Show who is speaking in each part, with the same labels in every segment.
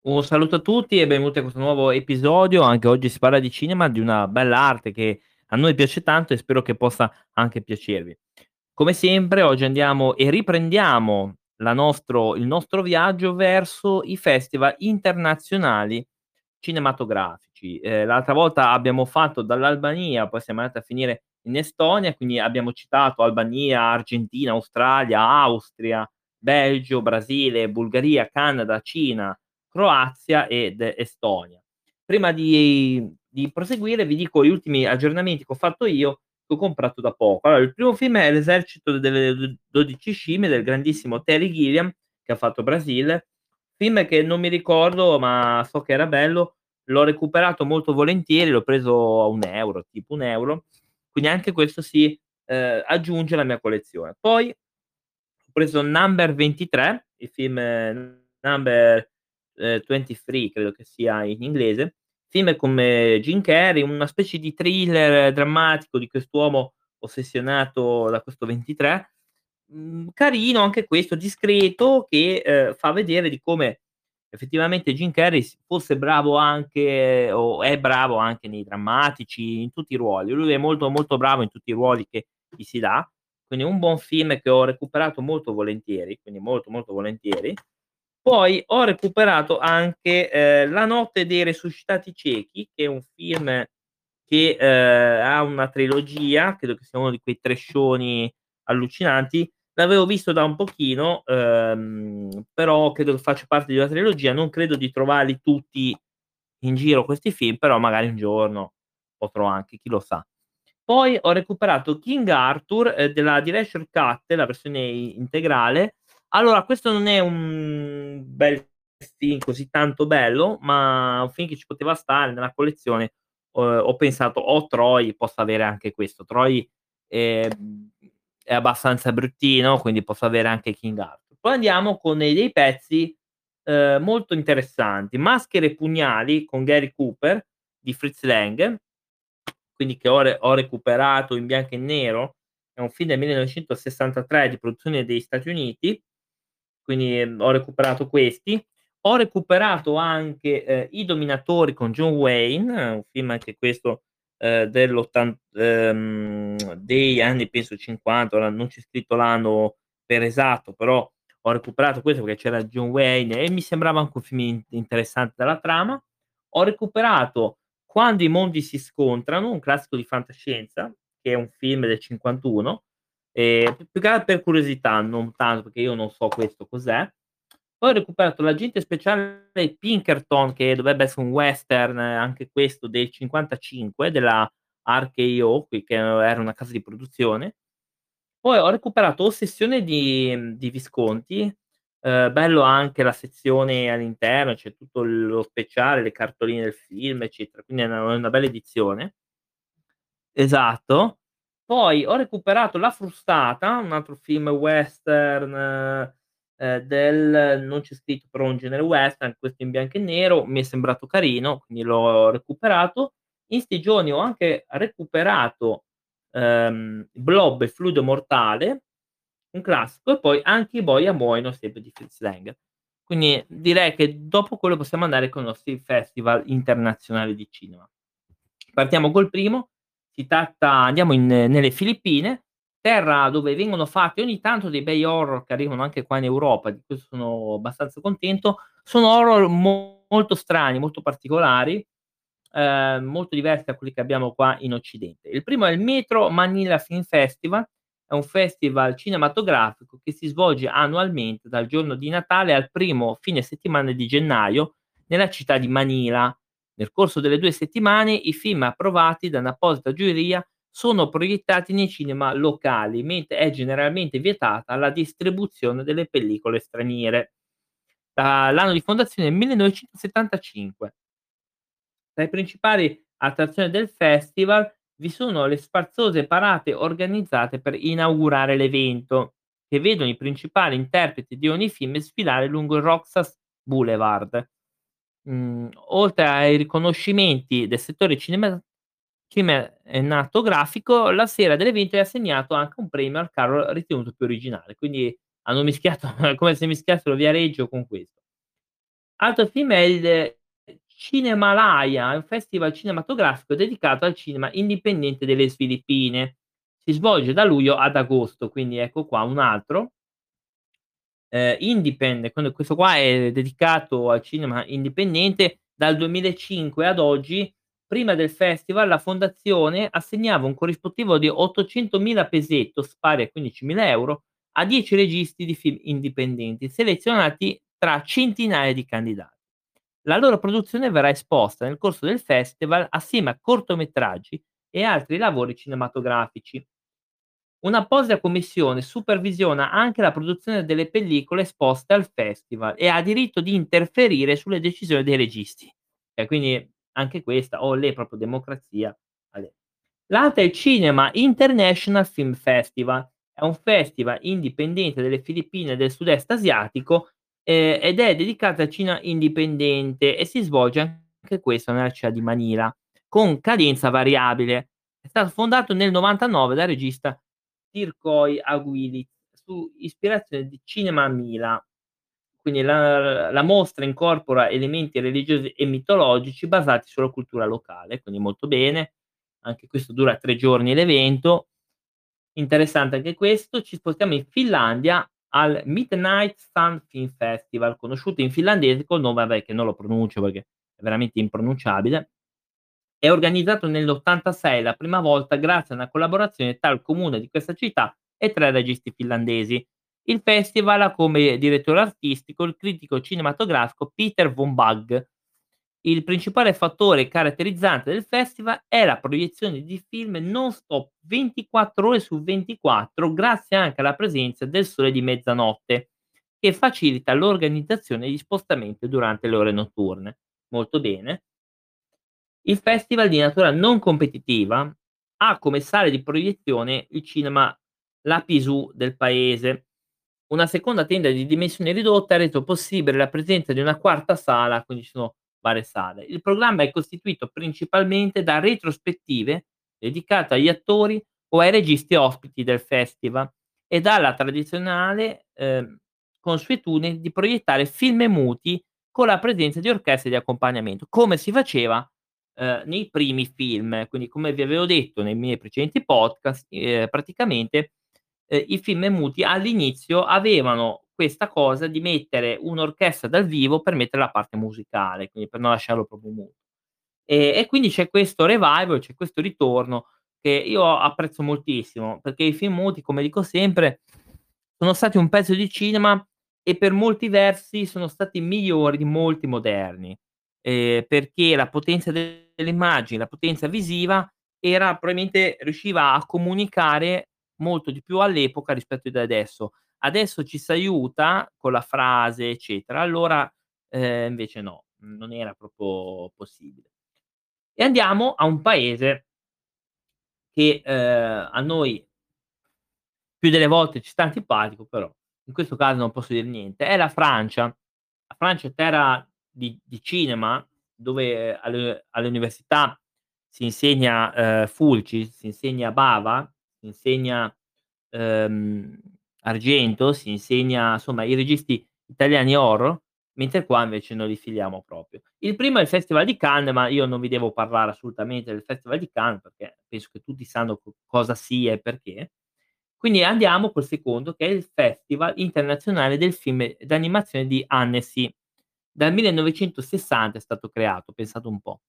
Speaker 1: Un saluto a tutti e benvenuti a questo nuovo episodio. Anche oggi si parla di cinema, di una bella arte che a noi piace tanto e spero che possa anche piacervi. Come sempre oggi andiamo e riprendiamo il nostro viaggio verso i festival internazionali cinematografici. L'altra volta abbiamo fatto dall'Albania, poi siamo andati a finire in Estonia, quindi abbiamo citato Albania, Argentina, Australia, Austria, Belgio, Brasile, Bulgaria, Canada, Cina, Croazia ed Estonia. Prima di proseguire vi dico gli ultimi aggiornamenti che ho fatto io, che ho comprato da poco. Allora, il primo film è L'esercito delle 12 scimmie del grandissimo Terry Gilliam, che ha fatto Brasile, film che non mi ricordo, ma so che era bello, l'ho recuperato molto volentieri, l'ho preso a 1 €, tipo 1 €, quindi anche questo si, aggiunge alla mia collezione. Poi ho preso Number 23, il film Number, 23 credo che sia in inglese, film con Jim Carrey, una specie di thriller drammatico di quest'uomo ossessionato da questo 23. Carino anche questo, discreto, che, fa vedere di come effettivamente Jim Carrey fosse bravo anche o è bravo anche nei drammatici, in tutti i ruoli. Lui è molto, molto bravo in tutti i ruoli che gli si dà. Quindi un buon film che ho recuperato molto volentieri, quindi molto, molto volentieri. Poi ho recuperato anche, La notte dei resuscitati ciechi, che è un film che, ha una trilogia, credo che sia uno di quei trashoni allucinanti. L'avevo visto da un pochino, però credo che faccia parte di una trilogia, non credo di trovarli tutti in giro questi film, però magari un giorno potrò anche, chi lo sa. Poi ho recuperato King Arthur, della Director's Cut, la versione integrale. Allora, questo non è un bel film così tanto bello, ma un film che ci poteva stare nella collezione. Ho pensato: "O Troy posso avere anche questo". Troy, ehm, è abbastanza bruttino, quindi posso avere anche King Arthur. Poi andiamo con dei pezzi, molto interessanti. Maschere e pugnali con Gary Cooper di Fritz Lang, quindi che ho recuperato in bianco e nero, è un film del 1963 di produzione degli Stati Uniti, quindi, ho recuperato questi. Ho recuperato anche, I dominatori con John Wayne, un film anche questo, degli anni penso '50, ora non c'è scritto l'anno per esatto, però ho recuperato questo perché c'era John Wayne e mi sembrava anche un film interessante dalla trama. Ho recuperato Quando i mondi si scontrano, un classico di fantascienza, che è un film del '51, più che altro per curiosità, non tanto perché io non so questo cos'è. Poi ho recuperato L'agente speciale Pinkerton, che dovrebbe essere un western, anche questo del '55, della RKO, qui che era una casa di produzione. Poi ho recuperato Ossessione di Visconti, bello anche la sezione all'interno, c'è tutto lo speciale, le cartoline del film, eccetera, quindi è una bella edizione. Esatto. Poi ho recuperato La frustata, un altro film western, del non c'è scritto però un genere western, questo in bianco e nero, mi è sembrato carino, quindi l'ho recuperato. In 'sti giorni ho anche recuperato, Blob e Fluido mortale, un classico, e poi Anche i boia muoiono, sempre di Fritz Lang. Quindi direi che dopo quello possiamo andare con i nostri festival internazionali di cinema. Partiamo col primo, si tratta andiamo nelle Filippine, terra dove vengono fatti ogni tanto dei bei horror che arrivano anche qua in Europa, di questo sono abbastanza contento. Sono horror molto strani, molto particolari, molto diversi da quelli che abbiamo qua in Occidente. Il primo è il Metro Manila Film Festival, è un festival cinematografico che si svolge annualmente dal giorno di Natale al primo fine settimana di gennaio nella città di Manila. Nel corso delle 2 settimane i film approvati da un'apposita giuria sono proiettati nei cinema locali, mentre è generalmente vietata la distribuzione delle pellicole straniere. L'anno di fondazione è il 1975. Tra i principali attrazioni del festival vi sono le sfarzose parate organizzate per inaugurare l'evento, che vedono i principali interpreti di ogni film sfilare lungo il Roxas Boulevard. Oltre ai riconoscimenti del settore cinematografico, la sera dell'evento è assegnato anche un premio al carro ritenuto più originale. Quindi hanno mischiato è come se mischiassero Viareggio con questo. Altro film è il Cinemalaya, è un festival cinematografico dedicato al cinema indipendente delle Filippine. Si svolge da luglio ad agosto, quindi ecco qua un altro. Indipende quando questo qua è dedicato al cinema indipendente dal 2005 ad oggi. Prima del festival la fondazione assegnava un corrispettivo di 800.000 pesetos, pari a 15.000 € a 10 registi di film indipendenti, selezionati tra centinaia di candidati. La loro produzione verrà esposta nel corso del festival assieme a cortometraggi e altri lavori cinematografici. Un'apposita commissione supervisiona anche la produzione delle pellicole esposte al festival e ha diritto di interferire sulle decisioni dei registi. E quindi anche questa, olè, proprio democrazia. Ale. L'altra è il Cinema International Film Festival, è un festival indipendente delle Filippine e del sud-est asiatico, ed è dedicato al cinema indipendente e si svolge anche questo nella città di Manila, con cadenza variabile. È stato fondato nel '99 dal regista Tircoy Aguilis, su ispirazione di Cinema Mila. Quindi la mostra incorpora elementi religiosi e mitologici basati sulla cultura locale, quindi molto bene. Anche questo dura 3 giorni l'evento. Interessante anche questo. Ci spostiamo in Finlandia al Midnight Sun Film Festival, conosciuto in finlandese col nome, vabbè, che non lo pronuncio perché è veramente impronunciabile. È organizzato nell'86 la prima volta grazie a una collaborazione tra il comune di questa città e 3 registi finlandesi. Il festival ha come direttore artistico il critico cinematografico Peter von Bugg. Il principale fattore caratterizzante del festival è la proiezione di film non stop 24 ore su 24, grazie anche alla presenza del sole di mezzanotte, che facilita l'organizzazione e gli spostamenti durante le ore notturne. Molto bene. Il festival di natura non competitiva ha come sale di proiezione il cinema La Pisù del paese. Una seconda tenda di dimensioni ridotte ha reso possibile la presenza di una quarta sala, quindi ci sono varie sale. Il programma è costituito principalmente da retrospettive dedicate agli attori o ai registi ospiti del festival e dalla tradizionale consuetudine di proiettare film muti con la presenza di orchestre di accompagnamento, come si faceva nei primi film. Quindi, come vi avevo detto nei miei precedenti podcast, praticamente, i film muti all'inizio avevano questa cosa di mettere un'orchestra dal vivo per mettere la parte musicale, quindi per non lasciarlo proprio muto. E quindi c'è questo revival, c'è questo ritorno che io apprezzo moltissimo, perché i film muti, come dico sempre, sono stati un pezzo di cinema e per molti versi sono stati migliori di molti moderni, perché la potenza delle immagini, la potenza visiva era probabilmente riusciva a comunicare molto di più all'epoca rispetto ad adesso. Adesso ci s'aiuta con la frase, eccetera, allora, invece no, non era proprio possibile. E andiamo a un paese che, a noi più delle volte ci sta antipatico, però in questo caso non posso dir niente. È la Francia. La Francia è terra di cinema, dove alle università si insegna, Fulci, si insegna Bava, si insegna, ehm, Argento, si insegna insomma i registi italiani oro, mentre qua invece non li filiamo proprio. Il primo è il Festival di Cannes, ma io non vi devo parlare assolutamente del Festival di Cannes, perché penso che tutti sanno cosa sia e perché. Quindi andiamo col secondo, che è il Festival internazionale del film d'animazione di Annecy. Dal 1960 è stato creato, pensate un po'.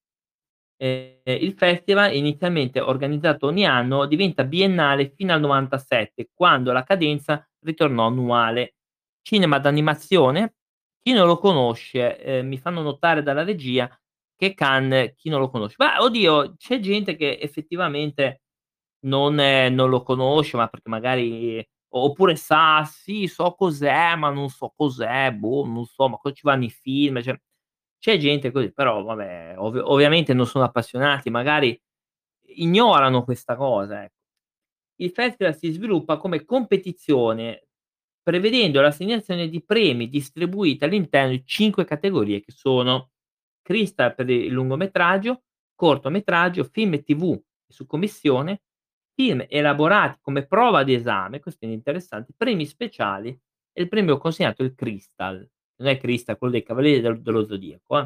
Speaker 1: Il festival, inizialmente organizzato ogni anno, diventa biennale fino al '97, quando la cadenza ritornò annuale. Cinema d'animazione, chi non lo conosce, mi fanno notare dalla regia che Cannes chi non lo conosce. Ma oddio, c'è gente che effettivamente non lo conosce, ma perché magari oppure sa: "Sì, so cos'è, ma non so cos'è, boh, non so, ma cosa ci vanno i film", cioè c'è gente così, però vabbè, ovviamente non sono appassionati, magari ignorano questa cosa, ecco. Il festival si sviluppa come competizione, prevedendo l'assegnazione di premi distribuiti all'interno di 5 categorie che sono: Crystal per il lungometraggio, cortometraggio, film e TV su commissione, film elaborati come prova d'esame, questo è interessante, premi speciali e il premio consegnato è il Crystal. non è Crystal, quello dei Cavalieri dello Zodiaco,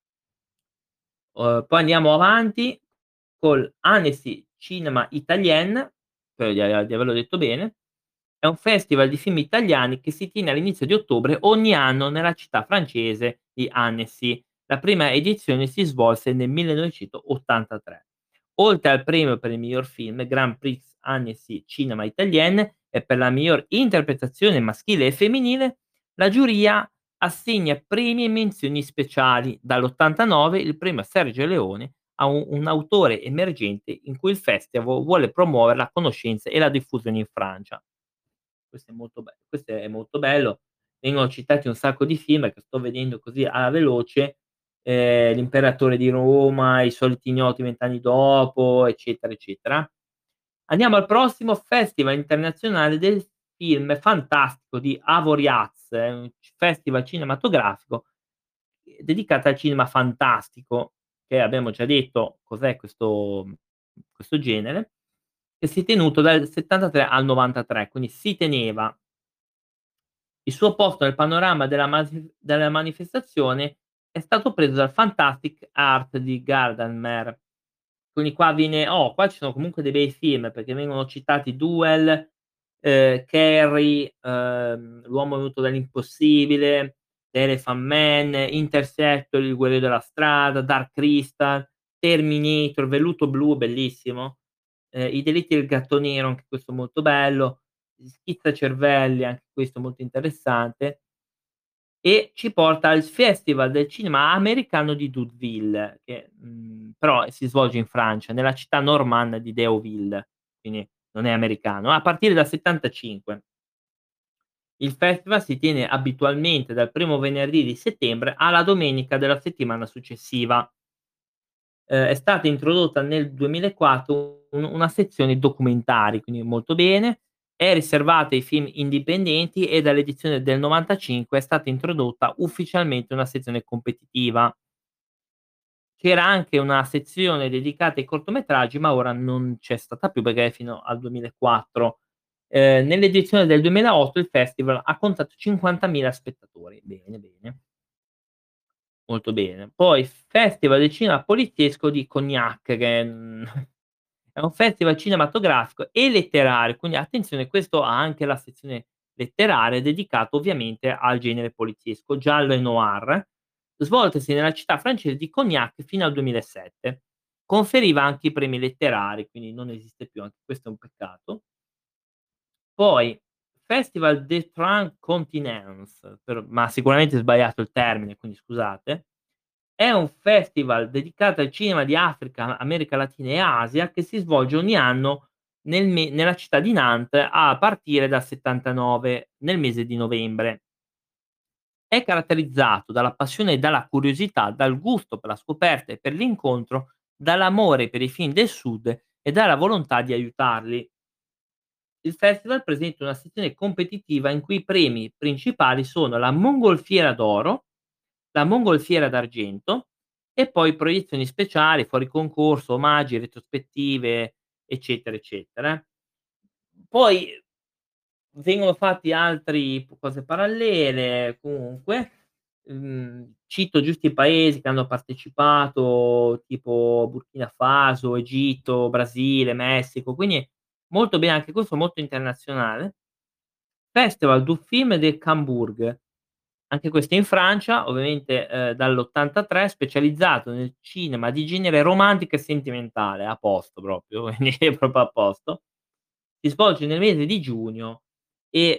Speaker 1: poi andiamo avanti col Annecy Cinema Italien, spero di averlo detto bene. È un festival di film italiani che si tiene all'inizio di ottobre ogni anno nella città francese di Annecy. La prima edizione si svolse nel 1983. Oltre al premio per il miglior film, Grand Prix Annecy Cinema Italien e per la miglior interpretazione maschile e femminile, la giuria assegna premi e menzioni speciali. Dall'89 il premio Sergio Leone a un autore emergente in cui il festival vuole promuovere la conoscenza e la diffusione in Francia. Questo è molto bello. Vengono citati un sacco di film che sto vedendo così alla veloce, L'imperatore di Roma, I soliti ignoti 20 anni dopo, eccetera, eccetera. Andiamo al prossimo Festival internazionale del film fantastico di Avoriaz, è un festival cinematografico, dedicato al cinema fantastico, che abbiamo già detto cos'è questo genere, che si è tenuto dal '73 al '93, quindi si teneva. Il suo posto nel panorama della manifestazione è stato preso dal Fantastic Art di Gadamer. Quindi qua ci sono comunque dei bei film, perché vengono citati Duel, Carrie, L'uomo venuto dall'impossibile, The Elephant Man, Interstellar, Il guerriero della strada, Dark Crystal, Terminator, Velluto blu bellissimo, I delitti del gatto nero, anche questo molto bello, Schizzacervelli, anche questo molto interessante, e ci porta al Festival del cinema americano di Deauville, che, però si svolge in Francia, nella città normanna di Déauville, quindi non è americano, a partire dal '75. Il festival si tiene abitualmente dal primo venerdì di settembre alla domenica della settimana successiva. È stata introdotta nel 2004 una sezione documentari, quindi molto bene. È riservata ai film indipendenti e dall'edizione del '95 è stata introdotta ufficialmente una sezione competitiva. C'era anche una sezione dedicata ai cortometraggi, ma ora non c'è stata più perché è fino al 2004. Nell'edizione del 2008 il festival ha contato 50.000 spettatori. Bene, bene. Molto bene. Poi Festival del cinema poliziesco di Cognac, che, è un festival cinematografico e letterario, quindi attenzione, questo ha anche la sezione letteraria dedicato ovviamente al genere poliziesco, giallo e noir, svoltosi nella città francese di Cognac fino al 2007. Conferiva anche i premi letterari, quindi non esiste più, anche questo è un peccato. Poi Festival des Trois Continents, ma sicuramente ho sbagliato il termine, quindi scusate. È un festival dedicato al cinema di Africa, America Latina e Asia che si svolge ogni anno nella città di Nantes a partire dal '79, nel mese di novembre. È caratterizzato dalla passione e dalla curiosità, dal gusto per la scoperta e per l'incontro, dall'amore per i film del Sud e dalla volontà di aiutarli. Il festival presenta una sezione competitiva in cui i premi principali sono la Mongolfiera d'oro, la Mongolfiera d'argento e poi proiezioni speciali, fuori concorso, omaggi, retrospettive, eccetera, eccetera. Poi vengono fatti altri cose parallele, comunque, cito giusto i paesi che hanno partecipato, tipo Burkina Faso, Egitto, Brasile, Messico, quindi molto bene, anche questo molto internazionale. Festival du Film de Cambourg, anche questo in Francia, ovviamente, dall'83, specializzato nel cinema di genere romantico e sentimentale, a posto proprio, quindi è proprio a posto. Si svolge nel mese di giugno e,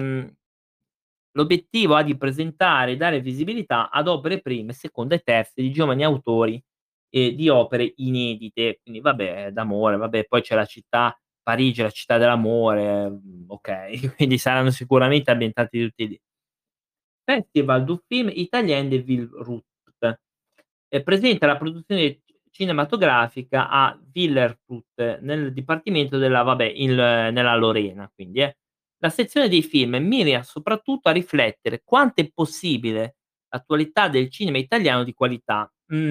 Speaker 1: l'obiettivo ha di presentare e dare visibilità ad opere prime, seconde e terze di giovani autori e di opere inedite. Quindi vabbè, d'amore, vabbè, poi c'è la città Parigi è la città dell'amore, okay, quindi saranno sicuramente ambientati tutti lì. Festival du Film Italien de Villerupt, presenta la produzione cinematografica a Villerupt, nel dipartimento della nella Lorena quindi La sezione dei film mira soprattutto a riflettere quanto è possibile l'attualità del cinema italiano di qualità.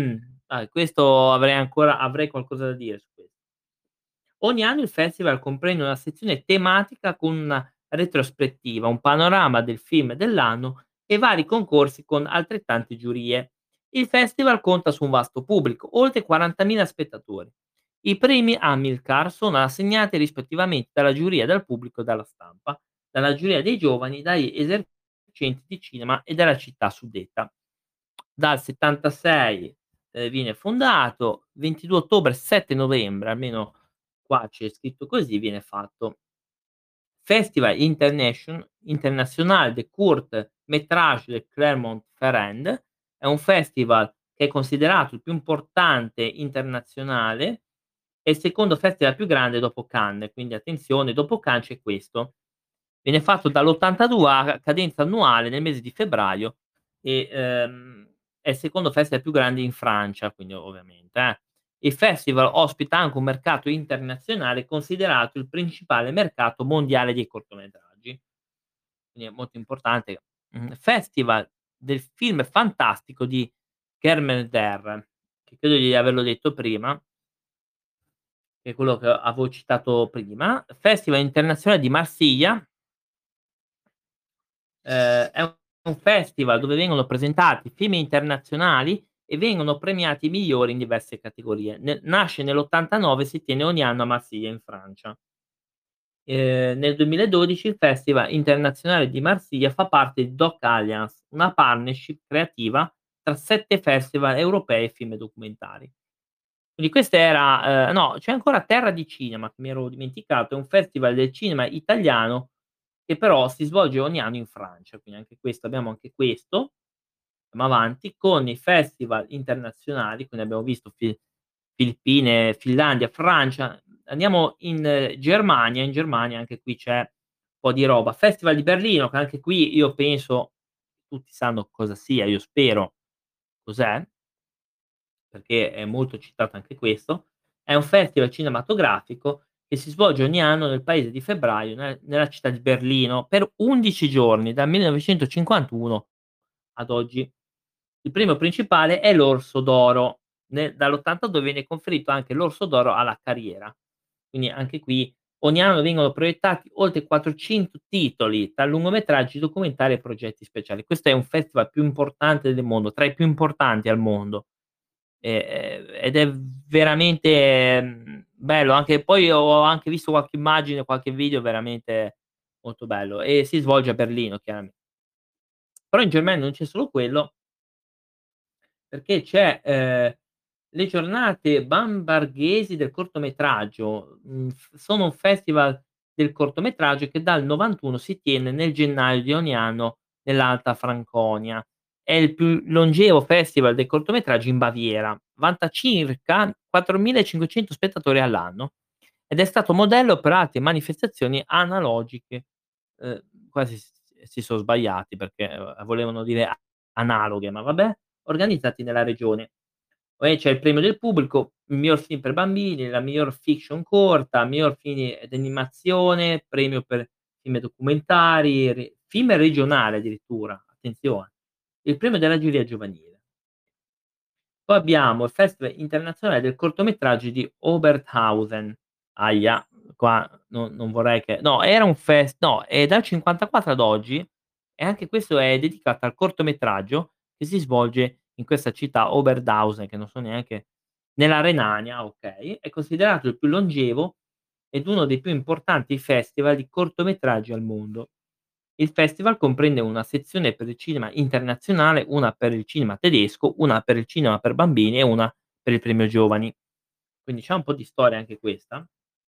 Speaker 1: Questo avrei qualcosa da dire su questo. Ogni anno il festival comprende una sezione tematica con una retrospettiva, un panorama del film dell'anno e vari concorsi con altrettante giurie. Il festival conta su un vasto pubblico, oltre 40.000 spettatori. I premi Amilcar sono assegnati rispettivamente dalla giuria dal pubblico e dalla stampa, dalla giuria dei giovani, dagli esercenti di cinema e dalla città suddetta. Dal '76, viene fondato, 22 ottobre, 7 novembre, almeno qua c'è scritto così, viene fatto. Festival International de Court Métrage de Clermont-Ferrand, è un festival che è considerato il più importante internazionale, è il secondo festival più grande dopo Cannes, quindi attenzione, dopo Cannes c'è questo. Viene fatto dall'82 a cadenza annuale nel mese di febbraio e, è il secondo festival più grande in Francia, quindi ovviamente, Il festival ospita anche un mercato internazionale considerato il principale mercato mondiale dei cortometraggi, quindi è molto importante. Festival del film fantastico di Kermel-Der, che credo di averlo detto prima, che è quello che avevo citato prima. Festival internazionale di Marsiglia. È un festival dove vengono presentati film internazionali e vengono premiati i migliori in diverse categorie. Nasce nell'89 e si tiene ogni anno a Marsiglia in Francia. Nel 2012 il Festival internazionale di Marsiglia fa parte di Doc Alliance, una partnership creativa tra 7 festival europei e film documentari. Quindi questa era no, c'è ancora Terra di Cinema, che mi ero dimenticato, è un festival del cinema italiano che però si svolge ogni anno in Francia, quindi anche questo abbiamo anche questo, andiamo avanti, con i festival internazionali, quindi abbiamo visto Filippine, Finlandia, Francia, andiamo in Germania, in Germania anche qui c'è un po' di roba. Festival di Berlino, che anche qui io penso tutti sanno cosa sia, io spero cos'è, perché è molto citato anche questo. È un festival cinematografico che si svolge ogni anno nel paese di febbraio, nella città di Berlino, per 11 giorni, dal 1951 ad oggi. Il premio principale è l'Orso d'Oro. Dall'82 viene conferito anche l'Orso d'Oro alla carriera. Quindi anche qui ogni anno vengono proiettati oltre 400 titoli, tra lungometraggi, documentari e progetti speciali. Questo è un festival più importante del mondo, tra i più importanti al mondo. Ed è veramente, bello. Anche poi ho anche visto qualche immagine, qualche video veramente molto bello e si svolge a Berlino però in Germania non c'è solo quello, perché c'è, le giornate bamberghesi del cortometraggio, sono un festival del cortometraggio che dal '91 si tiene nel gennaio di ogni anno nell'Alta Franconia. È il più longevo festival dei cortometraggi in Baviera, vanta circa 4.500 spettatori all'anno ed è stato modello per altre manifestazioni analogiche, quasi si son sbagliati perché, volevano dire analoghe, ma vabbè, organizzati nella regione. Poi c'è il premio del pubblico, il miglior film per bambini, la miglior fiction corta, miglior film d'animazione, premio per film documentari, film regionale addirittura, attenzione, il premio della giuria giovanile. Poi abbiamo il Festival internazionale del cortometraggio di Oberthausen. Ahia, qua non vorrei che no, era un no, è dal '54 ad oggi e anche questo è dedicato al cortometraggio che si svolge in questa città Oberhausen, che non so neanche nella Renania, okay, è considerato il più longevo ed uno dei più importanti festival di cortometraggi al mondo. Il festival comprende una sezione per il cinema internazionale, una per il cinema tedesco, una per il cinema per bambini e una per il premio giovani. Quindi c'ha un po' di storia anche questa.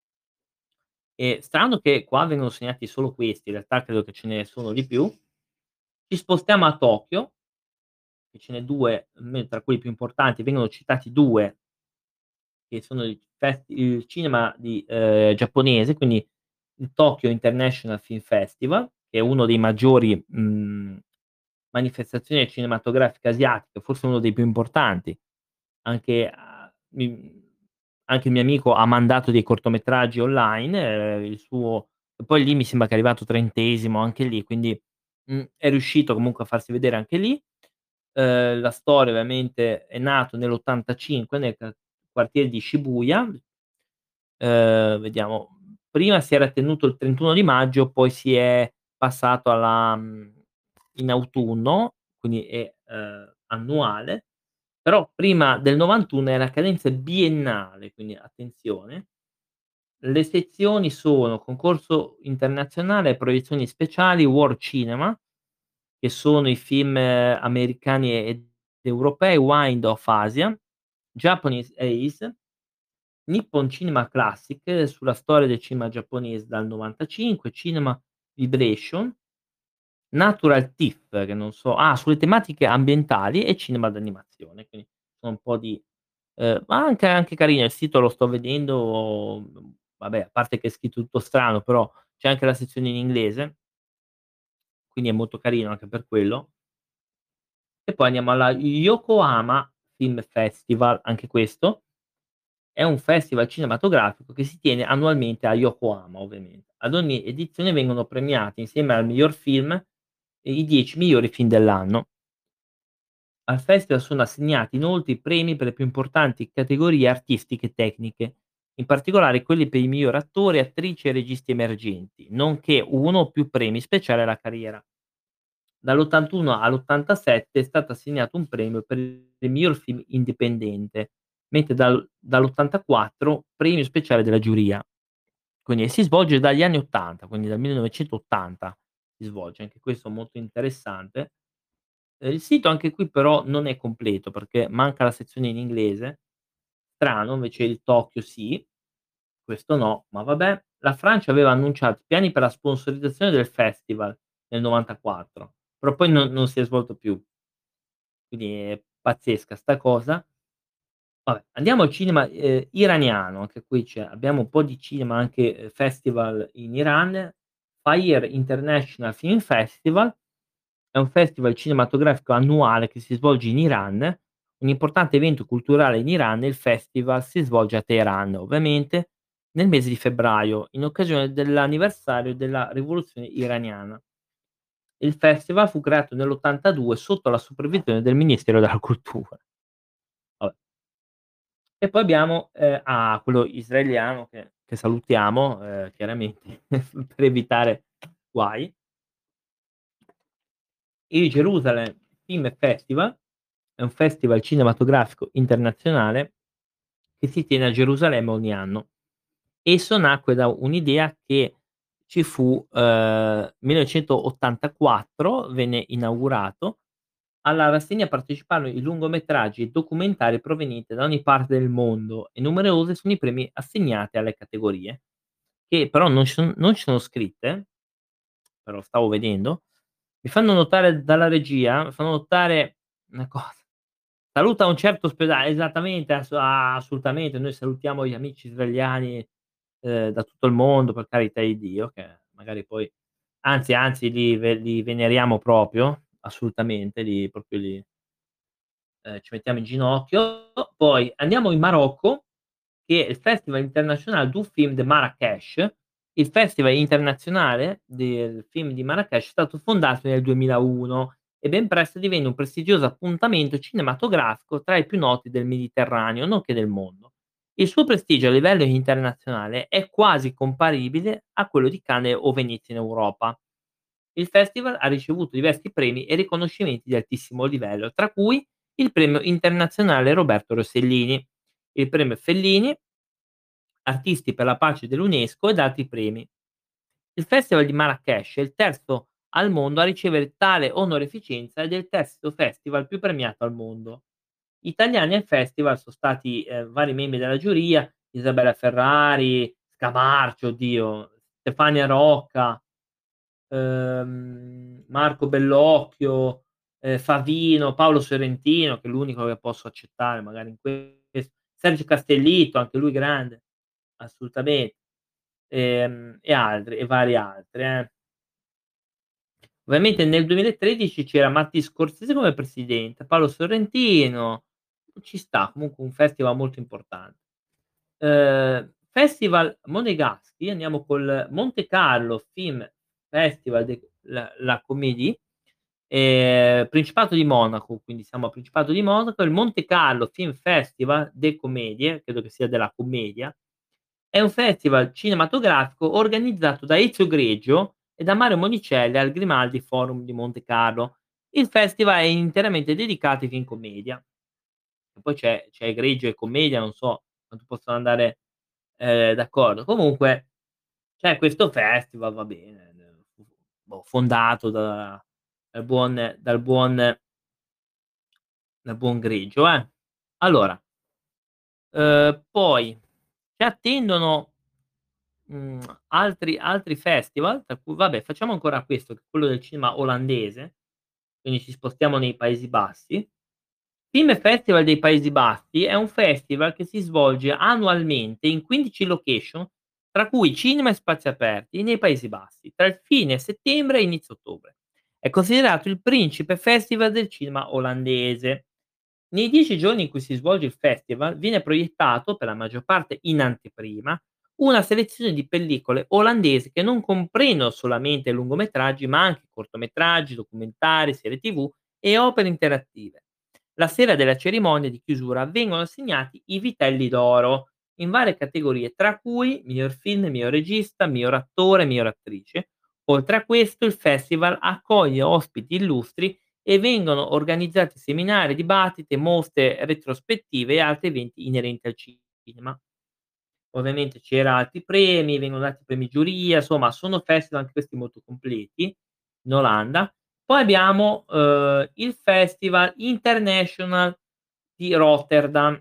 Speaker 1: Strano che qua vengono segnati solo questi, in realtà credo che ce ne sono di più. Ci spostiamo a Tokyo, che ce n'è 2, almeno tra quelli più importanti, vengono citati 2 che sono il cinema di giapponese, quindi il Tokyo International Film Festival, che è uno dei maggiori, manifestazioni cinematografiche asiatiche, forse uno dei più importanti. Anche anche il mio amico ha mandato dei cortometraggi online, il suo e poi lì mi sembra che è arrivato 30° anche lì, quindi, è riuscito comunque a farsi vedere anche lì. La storia ovviamente è nato nell'85 nel quartiere di Shibuya. Vediamo, prima si era tenuto il 31 di maggio, poi si è passato alla in autunno, quindi è, annuale, però prima del '91 era a cadenza biennale, quindi attenzione. Le sezioni sono: concorso internazionale, proiezioni speciali, World Cinema, che sono i film americani ed europei, Wind of Asia, Japanese Ace, Nippon Cinema Classic sulla storia del cinema giapponese dal '95, Cinema Vibration, Natural Tiff che non so sulle tematiche ambientali e cinema d'animazione, quindi sono un po' di ma anche carino il sito lo sto vedendo, vabbè a parte che è scritto tutto strano, però c'è anche la sezione in inglese, quindi è molto carino anche per quello. E poi andiamo alla Yokohama Film Festival, anche questo è un festival cinematografico che si tiene annualmente a Yokohama ovviamente. Ad ogni edizione vengono premiati insieme al miglior film, i 10 migliori film dell'anno. Al festival sono assegnati inoltre i premi per le più importanti categorie artistiche e tecniche, in particolare quelli per i miglior attore, attrici e registi emergenti, nonché 1 o più premi speciali alla carriera. Dall'81 all'87 è stato assegnato un premio per il miglior film indipendente, mentre dall'84 premio speciale della giuria. Quindi si svolge dagli anni '80, quindi dal 1980 si svolge, anche questo molto interessante. Il sito anche qui però non è completo, perché manca la sezione in inglese, strano, invece il Tokyo sì, questo no, ma vabbè. La Francia aveva annunciato piani per la sponsorizzazione del festival nel '94, però poi non si è svolto più, quindi è pazzesca 'sta cosa. Vabbè, andiamo al cinema, iraniano, anche qui abbiamo un po' di cinema anche, festival in Iran. Fire International Film Festival è un festival cinematografico annuale che si svolge in Iran, un importante evento culturale in Iran. Il festival si svolge a Teheran, ovviamente, nel mese di febbraio, in occasione dell'anniversario della rivoluzione iraniana. Il festival fu creato nell'82 sotto la supervisione del Ministero della Cultura. Vabbè. E poi abbiamo, quello israeliano che salutiamo, chiaramente per evitare guai. Il Jerusalem Film Festival è un festival cinematografico internazionale che si tiene a Gerusalemme ogni anno. Esso nacque da un'idea che ci fu, 1984 venne inaugurato. Alla rassegna parteciparono i lungometraggi e documentari provenienti da ogni parte del mondo e numerose sono i premi assegnati alle categorie, che però non ci sono scritte, però stavo vedendo. Mi fanno notare dalla regia, mi fanno notare una cosa: "Saluta un certo ospedale", esattamente, assolutamente, noi salutiamo gli amici israeliani, da tutto il mondo, per carità di Dio, che magari poi anzi li veneriamo proprio, assolutamente, ci mettiamo in ginocchio. Poi andiamo in Marocco, che è il Festival International du Film de Marrakech. Il Festival internazionale del film di Marrakech è stato fondato nel 2001 e ben presto divenne un prestigioso appuntamento cinematografico tra i più noti del Mediterraneo, nonché del mondo. Il suo prestigio a livello internazionale è quasi comparibile a quello di Cannes o Venezia in Europa. Il festival ha ricevuto diversi premi e riconoscimenti di altissimo livello, tra cui il premio internazionale Roberto Rossellini, il premio Fellini, Artisti per la pace dell'UNESCO ed altri premi. Il Festival di Marrakech è il terzo al mondo a ricevere tale onorificenza ed è il terzo festival più premiato al mondo. Italiani al festival sono stati, vari membri della giuria: Isabella Ferrari, Scamarcio, oddio, Stefania Rocca, Marco Bellocchio, Favino, Paolo Sorrentino, che è l'unico che posso accettare magari in questo, Sergio Castellitto, anche lui grande, assolutamente, e altri e vari altri, Ovviamente nel 2013 c'era Matti Scorsese come presidente, Paolo Sorrentino, ci sta, comunque un festival molto importante. Festival Monegaschi, andiamo col Monte Carlo Film Festival de la Comédie, Principato di Monaco, quindi siamo a Principato di Monaco, il Monte Carlo Film Festival de Comédie, credo che sia della commedia, è un festival cinematografico organizzato da Ezio Greggio e da Mario Monicelli al Grimaldi Forum di Monte Carlo. Il festival è interamente dedicato ai film commedia. E poi c'è egregio e commedia, non so quanto possono andare, d'accordo. Comunque c'è questo festival, va bene, fondato dal buon Greggio, eh. Allora, poi ci attendono, altri festival, tra cui vabbè, facciamo ancora questo, che è quello del cinema olandese, quindi ci spostiamo nei Paesi Bassi. Film e Festival dei Paesi Bassi è un festival che si svolge annualmente in 15 location, tra cui cinema e spazi aperti, nei Paesi Bassi, tra il fine settembre e inizio ottobre. È considerato il principe festival del cinema olandese. Nei 10 giorni in cui si svolge il festival viene proiettato, per la maggior parte in anteprima, una selezione di pellicole olandesi che non comprendono solamente lungometraggi, ma anche cortometraggi, documentari, serie TV e opere interattive. La sera della cerimonia di chiusura vengono assegnati i vitelli d'oro in varie categorie, tra cui miglior film, miglior regista, miglior attore, miglior attrice. Oltre a questo, il festival accoglie ospiti illustri e vengono organizzati seminari, dibattiti, mostre retrospettive e altri eventi inerenti al cinema. Ovviamente c'era altri premi, vengono dati premi giuria, insomma sono festival anche questi molto completi in Olanda. Poi abbiamo, il Festival International di Rotterdam.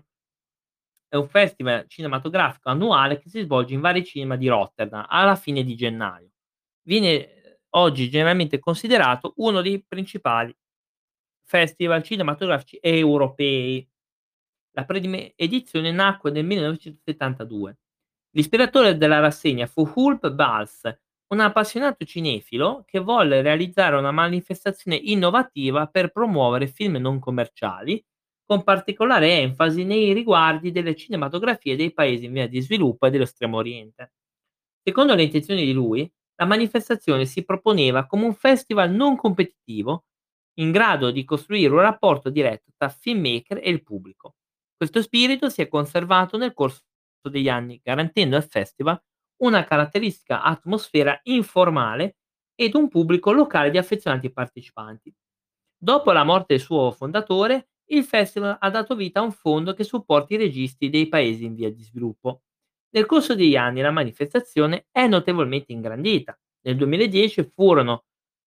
Speaker 1: È un festival cinematografico annuale che si svolge in vari cinema di Rotterdam alla fine di gennaio. Viene, oggi generalmente considerato uno dei principali festival cinematografici europei. La prime edizione nacque nel 1972. L'ispiratore della rassegna fu Hulp Bals, un appassionato cinefilo che volle realizzare una manifestazione innovativa per promuovere film non commerciali, con particolare enfasi nei riguardi delle cinematografie dei paesi in via di sviluppo e dell'Estremo Oriente. Secondo le intenzioni di lui, la manifestazione si proponeva come un festival non competitivo, in grado di costruire un rapporto diretto tra filmmaker e il pubblico. Questo spirito si è conservato nel corso degli anni, garantendo al festival una caratteristica atmosfera informale ed un pubblico locale di affezionati partecipanti. Dopo la morte del suo fondatore, il festival ha dato vita a un fondo che supporta i registi dei paesi in via di sviluppo. Nel corso degli anni la manifestazione è notevolmente ingrandita. Nel 2010 furono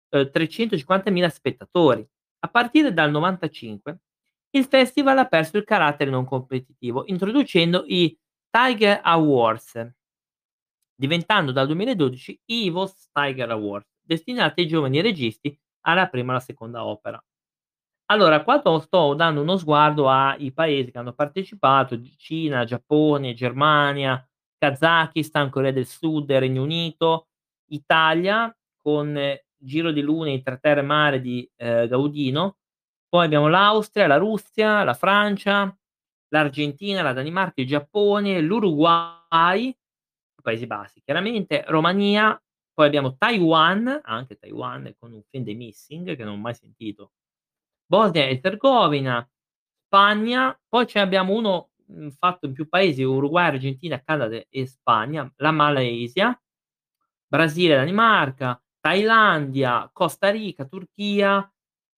Speaker 1: 350.000 spettatori. A partire dal 95 il festival ha perso il carattere non competitivo, introducendo i Tiger Awards, diventando dal 2012 i Ivos Tiger Awards, destinati ai giovani registi alla prima e alla seconda opera. Allora, quando sto dando uno sguardo ai paesi che hanno partecipato, Cina, Giappone, Germania, Kazakistan, Corea del Sud, Regno Unito, Italia con Giro di Luna tra terra e mare di, Gaudino, poi abbiamo l'Austria, la Russia, la Francia, l'Argentina, la Danimarca, il Giappone, l'Uruguay, i Paesi Bassi chiaramente, Romania, poi abbiamo Taiwan, anche Taiwan con un film The Missing che non ho mai sentito, Bosnia e Erzegovina, Spagna, poi ce ne abbiamo uno, fatto in più paesi: Uruguay, Argentina, Canada e Spagna, la Malaysia, Brasile, Danimarca, Thailandia, Costa Rica, Turchia,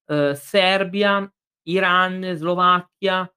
Speaker 1: Serbia, Iran, Slovacchia,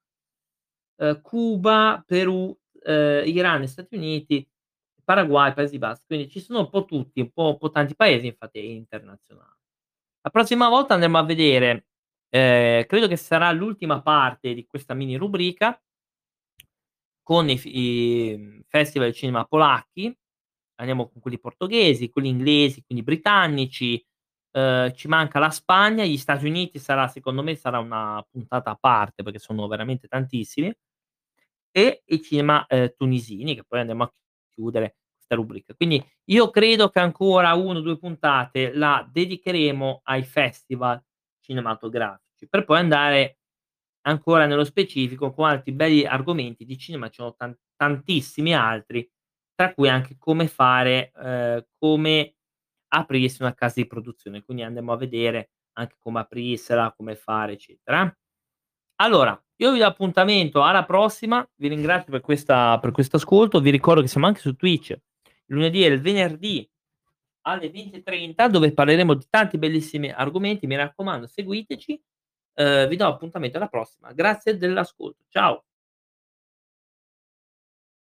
Speaker 1: Cuba, Perù, Iran e Stati Uniti, Paraguay, Paesi Bassi. Quindi ci sono un po' tutti, un po' tanti paesi, infatti è internazionale. La prossima volta andremo a vedere, credo che sarà l'ultima parte di questa mini rubrica, con festival di cinema polacchi, andiamo con quelli portoghesi, quelli inglesi, quindi britannici, ci manca la Spagna, gli Stati Uniti secondo me sarà una puntata a parte, perché sono veramente tantissimi, e i cinema, tunisini, che poi andremo a chiudere questa rubrica. Quindi io credo che ancora 1 o 2 puntate la dedicheremo ai festival cinematografici, per poi andare ancora nello specifico con altri belli argomenti di cinema, ce ne sono tantissimi altri, tra cui anche come aprirsi una casa di produzione, quindi andremo a vedere anche come aprirsela, come fare, eccetera. Allora, io vi do appuntamento alla prossima, vi ringrazio per questo ascolto, vi ricordo che siamo anche su Twitch il lunedì e il venerdì alle 20:30 dove parleremo di tanti bellissimi argomenti. Mi raccomando seguiteci, vi do appuntamento alla prossima. Grazie dell'ascolto. Ciao.